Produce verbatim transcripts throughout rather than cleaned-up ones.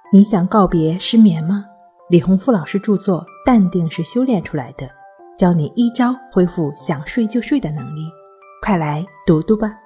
你想告别失眠吗？李洪富老师著作《淡定是修炼出来的》，教你一招恢复想睡就睡的能力，快来读读吧。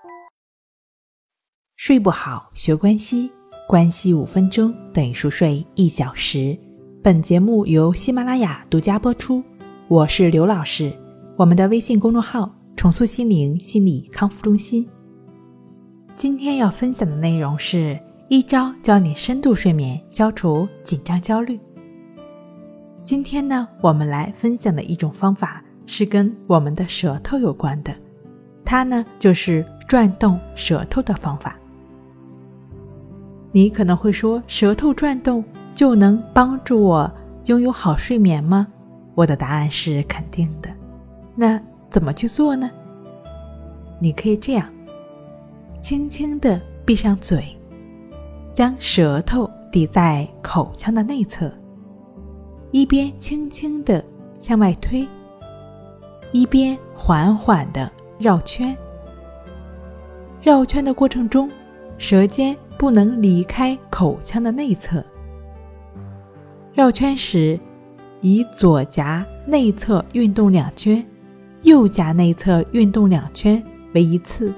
睡不好学关息，关系五分钟等于熟睡一小时。本节目由喜马拉雅独家播出，我是刘老师，我们的微信公众号重塑心灵心理康复中心。今天要分享的内容是一招教你深度睡眠，消除紧张焦虑。今天呢，我们来分享的一种方法是跟我们的舌头有关的，它呢就是转动舌头的方法。你可能会说，舌头转动就能帮助我拥有好睡眠吗？我的答案是肯定的。那怎么去做呢？你可以这样，轻轻地闭上嘴，将舌头抵在口腔的内侧，一边轻轻地向外推，一边缓缓地绕圈。绕圈的过程中，舌尖不能离开口腔的内侧。绕圈时，以左颊内侧运动两圈，右颊内侧运动两圈为一次。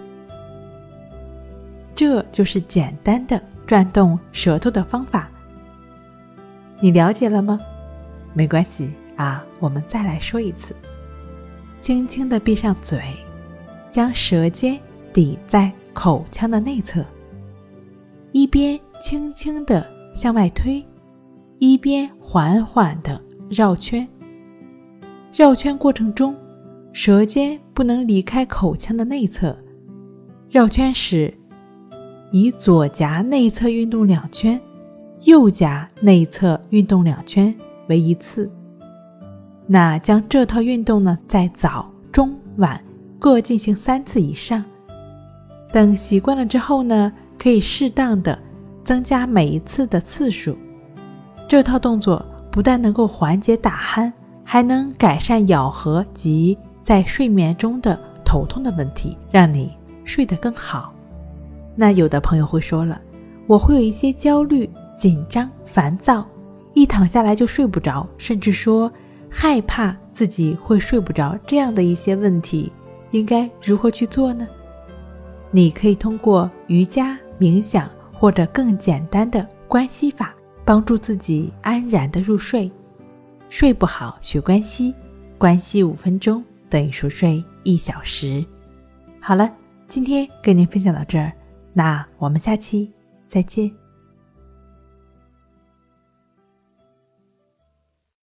这就是简单的转动舌头的方法。你了解了吗？没关系啊，我们再来说一次。轻轻地闭上嘴，将舌尖抵在口腔的内侧，一边轻轻地向外推，一边缓缓地绕圈。绕圈过程中，舌尖不能离开口腔的内侧。绕圈时，以左颊内侧运动两圈，右颊内侧运动两圈为一次。那将这套运动呢，在早、中、晚各进行三次以上。等习惯了之后呢，可以适当的增加每一次的次数。这套动作不但能够缓解打鼾，还能改善咬合及在睡眠中的头痛的问题，让你睡得更好。那有的朋友会说了，我会有一些焦虑、紧张、烦躁，一躺下来就睡不着，甚至说害怕自己会睡不着，这样的一些问题应该如何去做呢？你可以通过瑜伽、冥想或者更简单的关系法，帮助自己安然的入睡。睡不好学关系，关系五分钟等于熟睡一小时。好了，今天跟您分享到这儿，那我们下期再见。